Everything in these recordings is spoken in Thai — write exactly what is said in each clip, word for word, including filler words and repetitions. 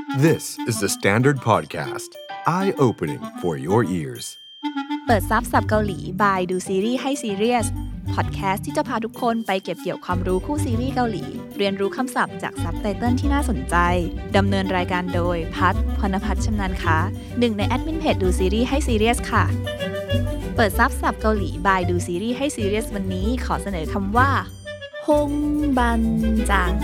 This is the Standard Podcast. Eye-opening for your ears. เปิดซับศัพท์เกาหลีบายดูซีรีส์ให้ซีเรียสพอดแคสต์ที่จะพาทุกคนไปเก็บเกี่ยวความรู้คู่ซีรีส์เกาหลีเรียนรู้คำศัพท์จากซับไตเติลที่น่าสนใจดำเนินรายการโดยพัฒน์พรณพัฒน์ชำนาญค้าหนึ่งในแอดมินเพจดูซีรีส์ให้ซีเรียสค่ะเปิดซับศัพท์เกาหลีบายดูซีรีส์ให้ซีเรียสวันนี้ขอเสนอคำว่าฮงบันจัง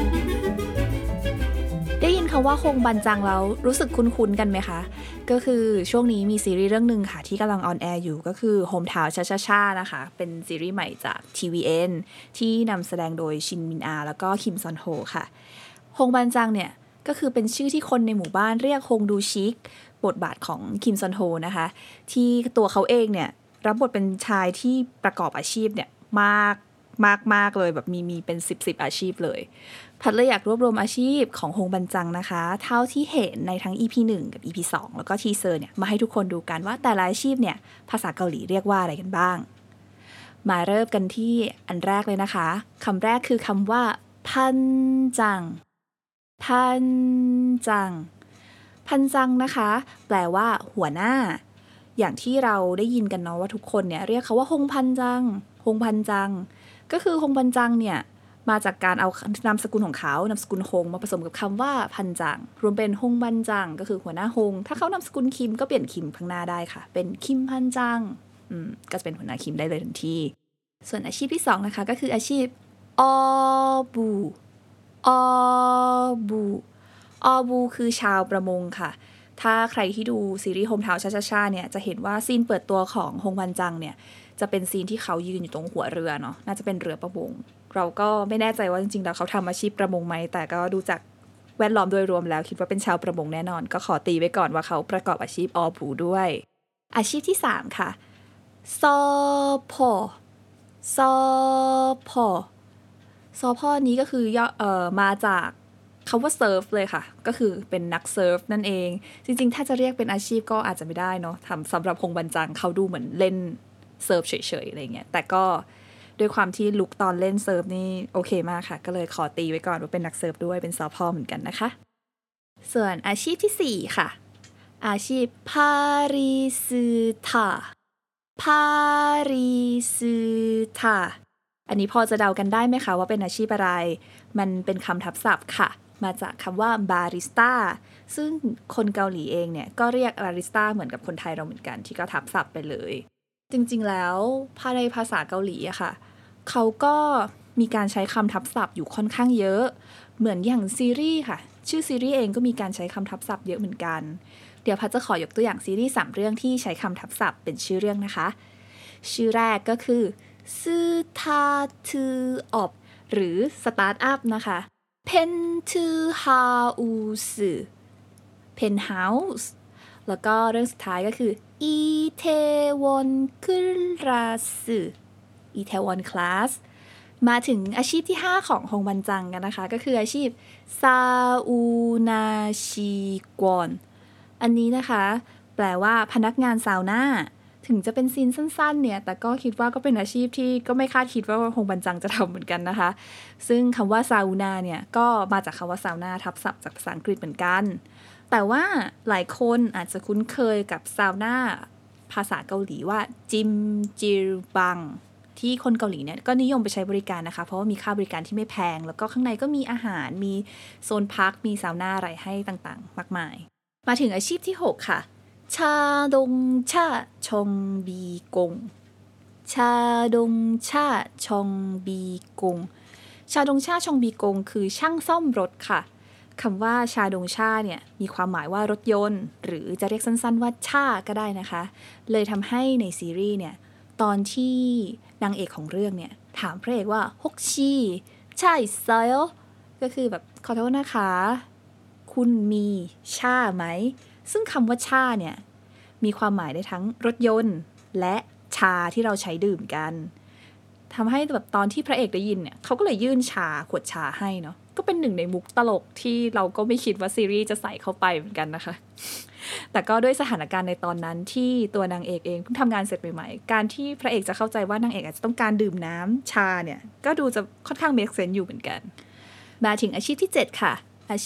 ได้ยินคำว่าฮงบันจังแล้วรู้สึกคุ้นๆกันไหมคะก็คือช่วงนี้มีซีรีส์เรื่องนึงค่ะที่กำลังออนแอร์อยู่ก็คือ Hometown ชาชาชานะคะเป็นซีรีส์ใหม่จาก ที วี เอ็น ที่นำแสดงโดยชินมินอาแล้วก็คิมซอนโฮค่ะฮงบันจังเนี่ยก็คือเป็นชื่อที่คนในหมู่บ้านเรียกฮงดูชิกบทบาทของคิมซอนโฮนะคะที่ตัวเขาเองเนี่ยรับบทเป็นชายที่ประกอบอาชีพเนี่ยมากมากมากเลยแบบมีมีเป็นสิบสิบอาชีพเลยพัดเลยอยากรวบรวมอาชีพของฮงบันจังนะคะเท่าที่เห็นในทั้ง อี พี หนึ่งกับ อี พี สองแล้วก็ทีเซอร์เนี่ยมาให้ทุกคนดูกันว่าแต่ละอาชีพเนี่ยภาษาเกาหลีเรียกว่าอะไรกันบ้างมาเริ่มกันที่อันแรกเลยนะคะคำแรกคือคำว่าพันจังพันจังพันจังนะคะแปลว่าหัวหน้าอย่างที่เราได้ยินกันเนาะว่าทุกคนเนี่ยเรียกเขาว่าฮงพันจังฮงพันจังก็คือฮงพันจังเนี่ยมาจากการเอานามสกุลของเขานามสกุลฮงมาผสมกับคำว่าพันจังรวมเป็นฮงบันจังก็คือหัวหน้าฮงถ้าเขานามสกุลคิมก็เปลี่ยนคิมข้างหน้าได้ค่ะเป็นคิมพันจังอืมก็จะเป็นหัวหน้าคิมได้เลยทันทีส่วนอาชีพที่สองนะคะก็คืออาชีพอบูอบูอบูคือชาวประมงค่ะถ้าใครที่ดูซีรีส์ Hometown ชาชาชาเนี่ยจะเห็นว่าซีนเปิดตัวของฮงพันจังเนี่ยจะเป็นซีนที่เขายืนอยู่ตรงหัวเรือเนาะน่าจะเป็นเรือประมงเราก็ไม่แน่ใจว่าจริงๆแล้วเขาทำอาชีพประมงไหมแต่ก็ดูจากแวดล้อมโดยรวมแล้วคิดว่าเป็นชาวประมงแน่นอนก็ขอตีไว้ก่อนว่าเขาประกอบอาชีพอผูด้วยอาชีพที่สามค่ะซอพอซอพอซอพอนี้ก็คือเอ่อมาจากคำว่าเซิร์ฟเลยค่ะก็คือเป็นนักเซิร์ฟนั่นเองจริงๆถ้าจะเรียกเป็นอาชีพก็อาจจะไม่ได้เนาะทำสำหรับฮงบันจังเขาดูเหมือนเล่นเซิร์ฟเฉยๆอะไรเงี้ยแต่ก็ด้วยความที่ลุคตอนเล่นเซิร์ฟนี่โอเคมากค่ะก็เลยขอตีไว้ก่อนว่าเป็นนักเซิร์ฟด้วยเป็นซอพอเหมือนกันนะคะส่วนอาชีพที่สี่ค่ะอาชีพพาริสตาพาริสตาอันนี้พอจะเดากันได้ไหมคะว่าเป็นอาชีพอะไรมันเป็นคำทับศัพท์ค่ะมาจากคำว่าบาริสต้าซึ่งคนเกาหลีเองเนี่ยก็เรียกบาริสต้าเหมือนกับคนไทยเราเหมือนกันที่ก็ทับศัพท์ไปเลยจริงๆแล้วในภาษาเกาหลีอะค่ะเขาก็มีการใช้คำทับศัพท์อยู่ค่อนข้างเยอะเหมือนอย่างซีรีส์ค่ะชื่อซีรีส์เองก็มีการใช้คำทับศัพท์เยอะเหมือนกันเดี๋ยวพัชจะขอยกตัวอย่างซีรีส์สามเรื่องที่ใช้คำทับศัพท์เป็นชื่อเรื่องนะคะชื่อแรกก็คือสตาร์ทอัพหรือสตาร์ทอัพนะคะเพนทูเฮาส์เพนเฮาส์แล้วก็เรื่องสุดท้ายก็คืออีเทวอนคลาสอีเทวอนคลาสมาถึงอาชีพที่ห้าของฮงบันจังกันนะคะก็คืออาชีพซาอูนาชิกวนอันนี้นะคะแปลว่าพนักงานซาวน่าถึงจะเป็นซีนสั้นๆเนี่ยแต่ก็คิดว่าก็เป็นอาชีพที่ก็ไม่คาดคิดว่าฮงบันจังจะทำเหมือนกันนะคะซึ่งคำว่าซาอูนาเนี่ยก็มาจากคำว่าซาวน่าทับศัพท์จากภาษาอังกฤษเหมือนกันแต่ว่าหลายคนอาจจะคุ้นเคยกับซาวน่าภาษาเกาหลีว่าจิมจิรบังที่คนเกาหลีเนี่ยก็นิยมไปใช้บริการนะคะเพราะว่ามีค่าบริการที่ไม่แพงแล้วก็ข้างในก็มีอาหารมีโซนพักมีซาวน่าอะไรให้ต่างๆมากมายมาถึงอาชีพที่หกค่ะชาดงชาชงบีกงชาดงชาชงบีกงชาดงชาชงบีกงคือช่างซ่อมรถค่ะคำว่าชาดงชาเนี่ยมีความหมายว่ารถยนต์หรือจะเรียกสั้นๆว่าชาก็ได้นะคะเลยทำให้ในซีรีส์เนี่ยตอนที่นางเอกของเรื่องเนี่ยถามพระเอกว่าฮกชีใช่ไซล์ก็คือแบบขอโทษนะคะคุณมีชาไหมซึ่งคำว่าชาเนี่ยมีความหมายได้ทั้งรถยนต์และชาที่เราใช้ดื่มกันทำให้แบบตอนที่พระเอกได้ยินเนี่ยเขาก็เลยยื่นชาขวดชาให้เนาะก็เป็นหนึ่งในมุกตลกที่เราก็ไม่คิดว่าซีรีส์จะใส่เข้าไปเหมือนกันนะคะแต่ก็ด้วยสถานการณ์ในตอนนั้นที่ตัวนางเอกเองเพิ่งทำงานเสร็จใหม่ๆการที่พระเอกจะเข้าใจว่านางเอกอาจจะต้องการดื่มน้ำชาเนี่ยก็ดูจะค่อนข้างเมคเซนส์อยู่เหมือนกันมาถึงอาชีพที่เจ็ดค่ะอาชีพ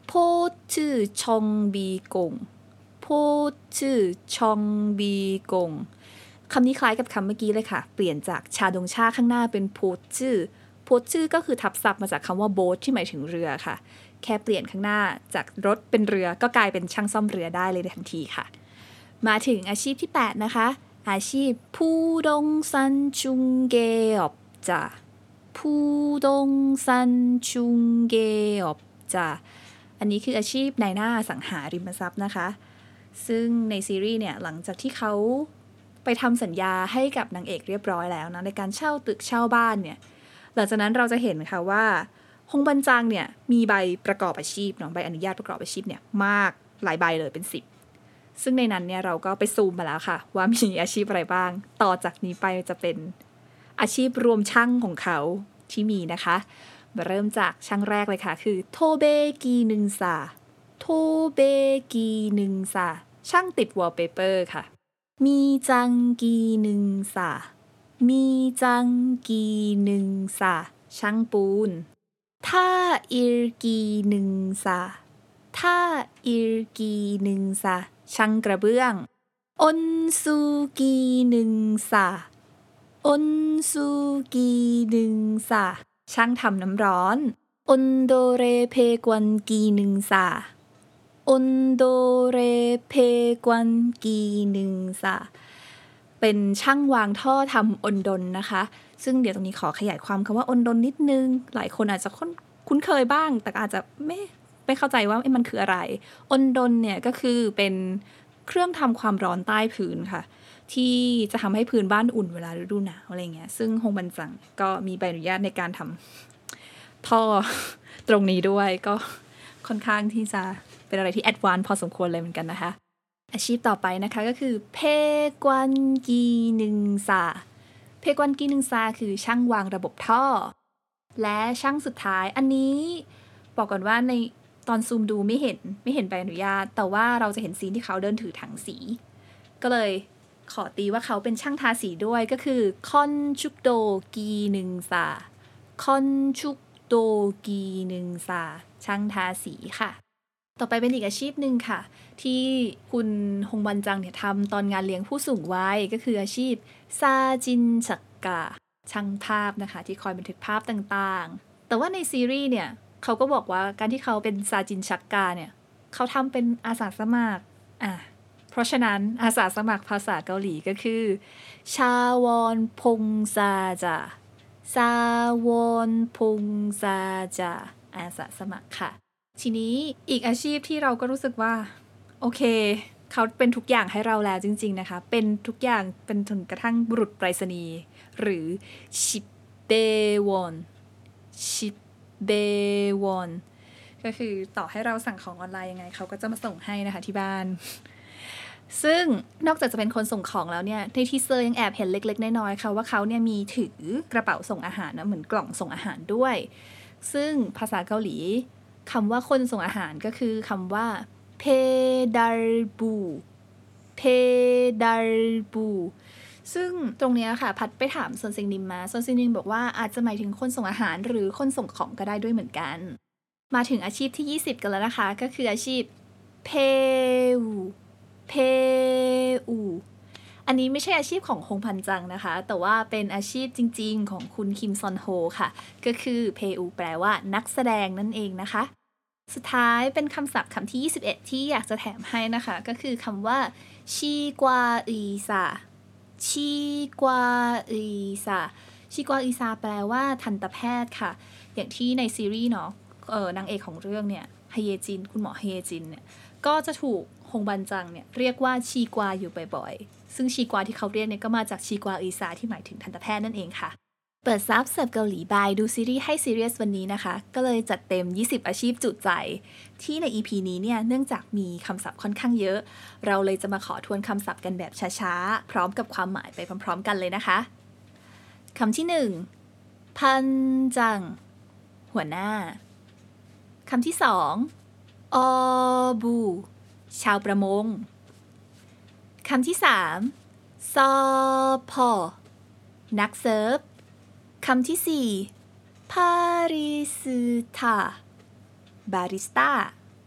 โพชื่อชองบีกงโพชื่อชองบีกงคำนี้คล้ายกับคำเมื่อกี้เลยค่ะเปลี่ยนจากชาดงชาข้างหน้าเป็นโพชื่อโพชื่อก็คือทับศัพท์มาจากคำว่าโบ๊ทที่หมายถึงเรือค่ะแค่เปลี่ยนข้างหน้าจากรถเป็นเรือก็กลายเป็นช่างซ่อมเรือได้เลยทันทีค่ะมาถึงอาชีพที่แปดนะคะอาชีพผู้ดงซันจุงเกอบจ้าผู้ดงซันจุงเกอบจ้าอันนี้คืออาชีพนายหน้าสังหาริมทรัพย์นะคะซึ่งในซีรีส์เนี่ยหลังจากที่เขาไปทำสัญญาให้กับนางเอกเรียบร้อยแล้วนะในการเช่าตึกเช่าบ้านเนี่ยหลังจากนั้นเราจะเห็นค่ะว่าฮงบันจังเนี่ยมีใบประกอบอาชีพเนาะใบอนุญาตประกอบอาชีพเนี่ยมากหลายใบเลยเป็นสิบซึ่งในนั้นเนี่ยเราก็ไปซูมมาแล้วค่ะว่ามีอาชีพอะไรบ้างต่อจากนี้ไปจะเป็นอาชีพรวมช่างของเขาที่มีนะคะมาเริ่มจากช่างแรกเลยค่ะคือโทเบกีนึงซาโทเบกีนึงซาช่างติดวอลเปเปอร์ค่ะมีจังกีนึงซามีจังกีนึงซาช่างปูนท่าอิรกีนึงซาท่าอิรกีนึงซาช่างกระเบื้องอนซูกีนึงซาอนซูกีนึงซาช่างทำน้ำร้อนอนโดเรเพกวนกีนึงซาอนโดเรเพกวนกีนึงซาเป็นช่างวางท่อทำอนดนนะคะซึ่งเดี๋ยวตรงนี้ขอขยายความคำว่าอนดนนิดนึงหลายคนอาจจะคุ้นเคยบ้างแต่อาจจะไม่ไม่เข้าใจว่ามันคืออะไรอนดนเนี่ยก็คือเป็นเครื่องทำความร้อนใต้พื้นค่ะที่จะทำให้พื้นบ้านอุ่นเวลาฤดูหนาวอะไรเงี้ยซึ่งฮงบันจังก็มีใบอนุญาตในการทำท่อตรงนี้ด้วยก็ค่อนข้างที่จะเป็นอะไรที่แอดวานซ์พอสมควรเลยเหมือนกันนะคะอาชีพต่อไปนะคะก็คือเพกวนกีนึงซาเพกวนกีนึงซาคือช่างวางระบบท่อและช่างสุดท้ายอันนี้บอกก่อนว่าในตอนซูมดูไม่เห็นไม่เห็นใบอนุญาตแต่ว่าเราจะเห็นซีนที่เขาเดินถือถังสีก็เลยขอตีว่าเขาเป็นช่างทาสีด้วยก็คือคอนชุกโดกีนึงซาคอนชุกโดกีนึงซาช่างทาสีค่ะต่อไปเป็นอีกอาชีพหนึ่งค่ะที่คุณฮงบันจังเนี่ยทำตอนงานเลี้ยงผู้สูงวัยก็คืออาชีพซาจินชักกะช่างภาพนะคะที่คอยบันทึกภาพต่างๆแต่ว่าในซีรีส์เนี่ยเขาก็บอกว่าการที่เขาเป็นซาจินชักกะเนี่ยเขาทำเป็นอาสาสมัครอ่ะเพราะฉะนั้นอาสาสมัครภาษาเกาหลีก็คือชาวอนพงซาจาชาวอนพงซาจาอาสาสมัครค่ะทีนี้อีกอาชีพที่เราก็รู้สึกว่าโอเคเขาเป็นทุกอย่างให้เราแล้วจริงๆนะคะเป็นทุกอย่างเป็นถึงกระทั่งบุรุษไปรษณีย์หรือชิปเบวอนชิปเบวอนก็คือต่อให้เราสั่งของออนไลน์ยังไงเขาก็จะมาส่งให้นะคะที่บ้านซึ่งนอกจากจะเป็นคนส่งของแล้วเนี่ยในทีเซอร์ยังแอบเห็นเล็กๆน้อยๆค่ะว่าเขาเนี่ยมีถือกระเป๋าส่งอาหารนะเหมือนกล่องส่งอาหารด้วยซึ่งภาษาเกาหลีคำว่าคนส่งอาหารก็คือคำว่าเพดาลบูเพดาลบูซึ่งตรงนี้ค่ะพัดไปถามซอนซิงนิมมาซอนซิงนิมบอกว่าอาจจะหมายถึงคนส่งอาหารหรือคนส่งของก็ได้ด้วยเหมือนกันมาถึงอาชีพที่ยี่สิบกันแล้วนะคะก็คืออาชีพเพอูเพอูอันนี้ไม่ใช่อาชีพของฮงพันจังนะคะแต่ว่าเป็นอาชีพจริงๆของคุณคิมซอนโฮค่ะก็คือเพอูแปลว่านักแสดงนั่นเองนะคะสุดท้ายเป็นคำศัพท์คำที่ยี่สิบเอ็ดที่อยากจะแถมให้นะคะก็คือคำว่าชีกวาอีซาชีกวาอีซาชีกวาอีซาแปลว่าทันตแพทย์ค่ะอย่างที่ในซีรีส์เนาะเออนางเอกของเรื่องเนี่ยฮเยจินคุณหมอฮเยจินเนี่ยก็จะถูกฮงบันจังเนี่ยเรียกว่าชีกวาอยู่บ่อยๆซึ่งชีกวาที่เขาเรียกเนี่ยก็มาจากชีกวาอีซาที่หมายถึงทันตแพทย์นั่นเองค่ะเปิดซับเสิร์ฟเกาหลีบายดูซีรีส์ให้ซีเรียสวันนี้นะคะก็เลยจัดเต็มยี่สิบอาชีพจุใจที่ใน อี พี นี้เนี่ยเนื่องจากมีคำศัพท์ค่อนข้างเยอะเราเลยจะมาขอทวนคำศัพท์กันแบบช้าๆพร้อมกับความหมายไปพร้อมๆกันเลยนะคะคำที่หนึ่งพันจังหัวหน้าคำที่สองออบูชาวประมงคำที่สามซอพอนักเซิร์ฟคำที่สี่พาริสตาบาริสต้า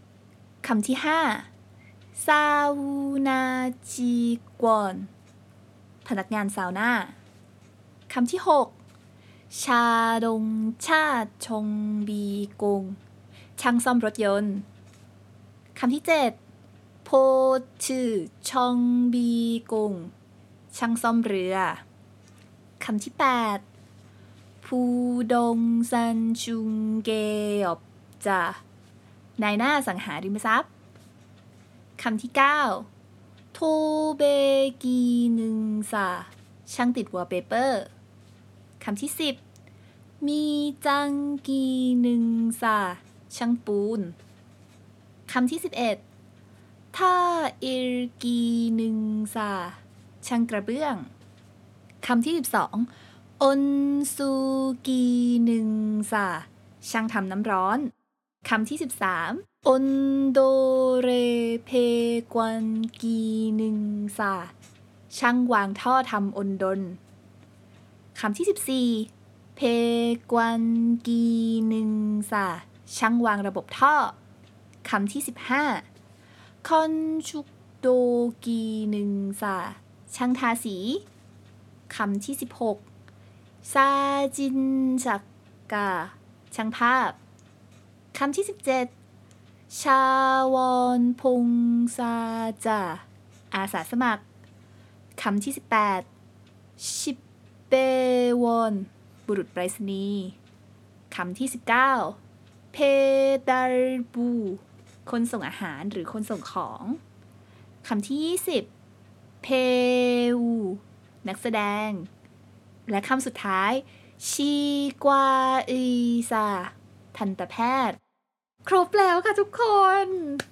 คำที่ห้าซาวนาจีกวนพนักงานซาวน่าคำที่หกชาดงชาชงบีกงช่างซ่อมรถยนต์คำที่เจ็ดโพชื่อชองบีกงช่างซ่อมเรือคำที่แปดภูดงซันชุงเกอบจานายหน้าสังหาริมทรัพย์คำที่เก้าโทเบกีนึงซาช่างติดวอลเปเปอร์คำที่สิบมีจังกีนึงซาช่างปูนคำที่สิบเอ็ดท่าอิรกีนึงซาช่างกระเบื้องคำที่สิบสองอนซูกีนึงซาช่างทำน้ำร้อนคำที่สิบสามอนโดเรเพกวนกีนึงซาช่างวางท่อทำอนดนคำที่สิบสี่เพกวนกีนึงซาช่างวางระบบท่อคำที่สิบห้าคอนชุกโดกีนึงซาช่างทาสีคำที่สิบหกซาจินจักกาช่างภาพคำที่สิบเจ็ดชาวอนพงซาจาอาสาสมัครคำที่สิบแปดชิปเปวอนบุรุษไปรษณีย์คำที่สิบเก้าเพดาร์บูคนส่งอาหารหรือคนส่งของคำที่ยี่สิบเพวูนักแสดงและคำสุดท้ายชีกวาอีซาทันตแพทย์ครบแล้วค่ะทุกคน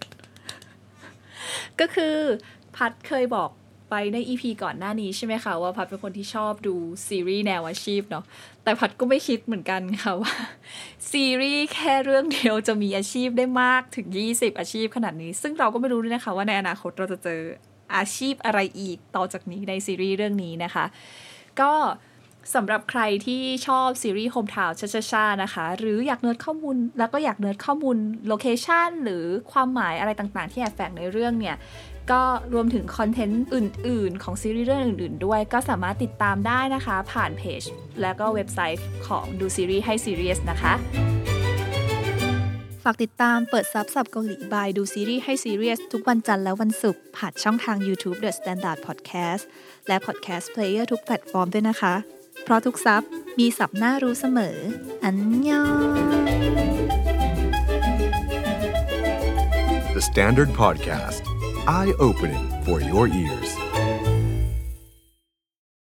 ก็คือพัดเคยบอกไปใน อี พี ก่อนหน้านี้ใช่ไหมคะว่าพัดเป็นคนที่ชอบดูซีรีส์แนวอาชีพเนาะแต่พัดก็ไม่คิดเหมือนกันค่ะว่าซีรีส์แค่เรื่องเดียวจะมีอาชีพได้มากถึงยี่สิบอาชีพขนาดนี้ซึ่งเราก็ไม่รู้ด้วยนะคะว่าในอนาคตเราจะเจออาชีพอะไรอีกต่อจากนี้ในซีรีส์เรื่องนี้นะคะก็สำหรับใครที่ชอบซีรีส์ Hometown ช้าๆนะคะหรืออยากเนิร์ดข้อมูลแล้วก็อยากเนิร์ดข้อมูลโลเคชันหรือความหมายอะไรต่างๆที่แอบแฝงในเรื่องเนี่ยก็รวมถึงคอนเทนต์อื่นๆของซีรีส์เรื่องอื่นๆด้วยก็สามารถติดตามได้นะคะผ่านเพจแล้วก็เว็บไซต์ของดูซีรีส์ให้ซีเรียสนะคะฝากติดตามเปิดซับซับเกาหลีบายดูซีรีส์ให้ซีเรียสทุกวันจันทร์และวันศุกร์ผ่านช่องทาง YouTube The Standard Podcast และ Podcast Player ทุกแพลตฟอร์มด้วยนะคะเพราะทุกซับมีศัพท์น่ารู้เสมออันยอง The Standard Podcast Eye Opening for your ears